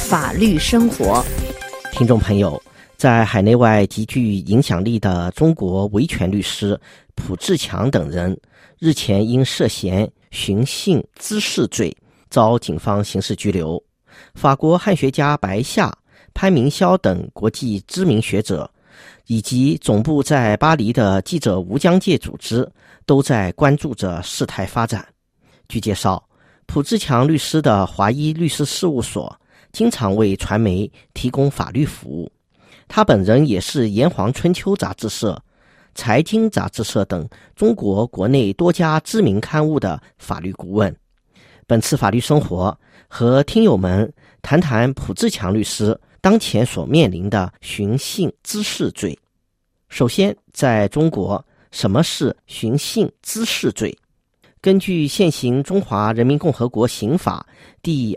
法律生活。 听众朋友，在海内外极具影响力的中国维权律师卜志强等人日前因涉嫌寻衅滋事罪遭警方刑事拘留。法国汉学家白夏、潘明霄等国际知名学者以及总部在巴黎的记者无疆界组织都在关注着事态发展。据介绍，卜志强律师的华裔律师事务所经常为传媒提供法律服务，他本人也是炎黄春秋杂志社、财经杂志社等中国国内多家知名刊物的法律顾问。本次法律生活和听友们谈谈卜志强律师当前所面临的寻衅滋事罪。首先，在中国，什么是寻衅滋事罪？根据现行中华人民共和国刑法第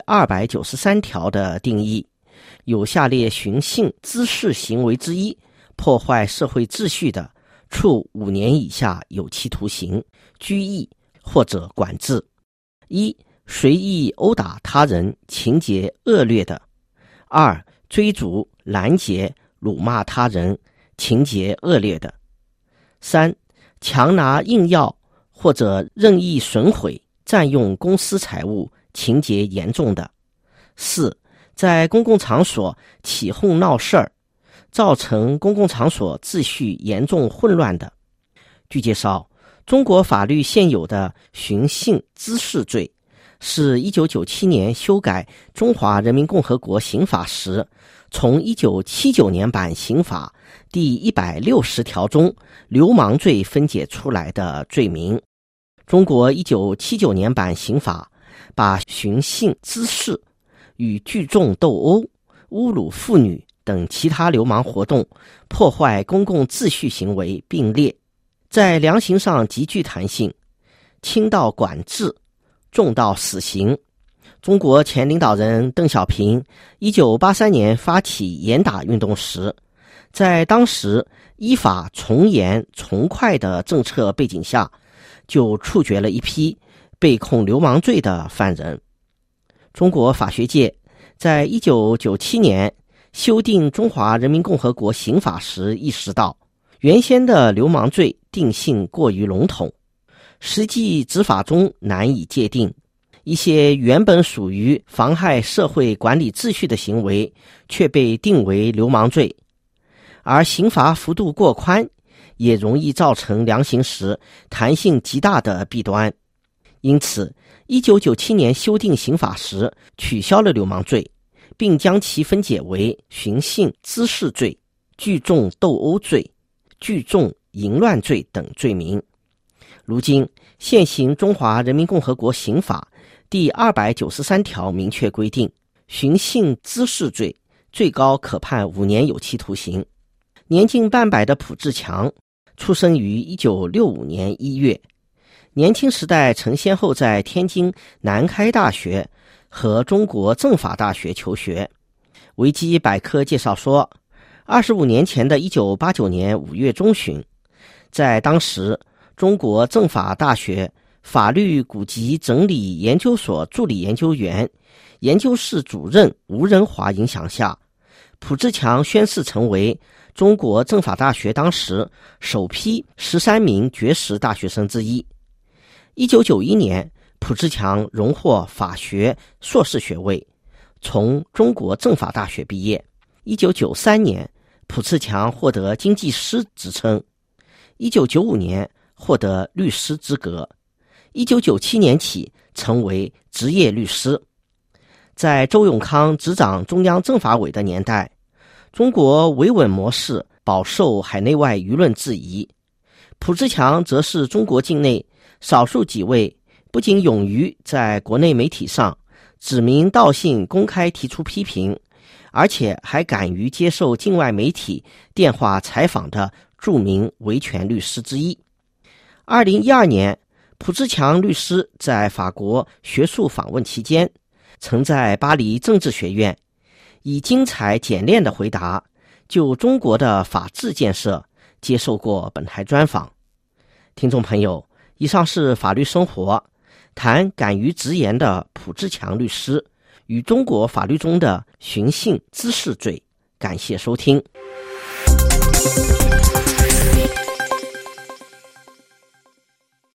293条的定义，有下列寻衅滋事行为之一，破坏社会秩序的，处5年以下有期徒刑、拘役或者管制。一、随意殴打他人，情节恶劣的；二、追逐、拦截、辱骂他人，情节恶劣的；三、强拿硬要或者任意损毁、占用公私财物，情节严重的；四、在公共场所起哄闹事儿，造成公共场所秩序严重混乱的。据介绍，中国法律现有的寻衅滋事罪是1997年修改中华人民共和国刑法时，从1979年版刑法第160条中流氓罪分解出来的罪名。中国1979年版刑法把寻衅滋事与聚众斗殴、侮辱妇女等其他流氓活动、破坏公共秩序行为并列，在量刑上极具弹性，轻到管制，重到死刑。中国前领导人邓小平1983年发起严打运动时，在当时依法从严从快的政策背景下，就处决了一批被控流氓罪的犯人。中国法学界在1997年修订中华人民共和国刑法时意识到，原先的流氓罪定性过于笼统，实际执法中难以界定，一些原本属于妨害社会管理秩序的行为却被定为流氓罪，而刑罚幅度过宽，也容易造成量刑时弹性极大的弊端。因此1997年修订刑法时取消了流氓罪，并将其分解为寻衅滋事罪、聚众斗殴罪、聚众淫乱罪等罪名。如今现行中华人民共和国刑法第293条明确规定，寻衅滋事罪最高可判5年有期徒刑。年近半百的卜志强出生于1965年1月，年轻时代曾先后在天津南开大学和中国政法大学求学。维基百科介绍说，25年前的1989年5月中旬，在当时中国政法大学法律古籍整理研究所助理研究员、研究室主任吴仁华影响下，卜志强宣誓成为中国政法大学当时首批13名绝食大学生之一。1991年，卜志强荣获法学硕士学位，从中国政法大学毕业。1993年，卜志强获得经济师职称。1995年获得律师资格。1997年起成为职业律师。在周永康执掌中央政法委的年代，中国维稳模式饱受海内外舆论质疑。卜志强则是中国境内少数几位不仅勇于在国内媒体上指名道姓公开提出批评，而且还敢于接受境外媒体电话采访的著名维权律师之一。2012年，卜志强律师在法国学术访问期间，曾在巴黎政治学院以精彩简练的回答就中国的法治建设接受过本台专访。听众朋友，以上是法律生活，谈敢于直言的卜志强律师与中国法律中的寻衅滋事罪。感谢收听。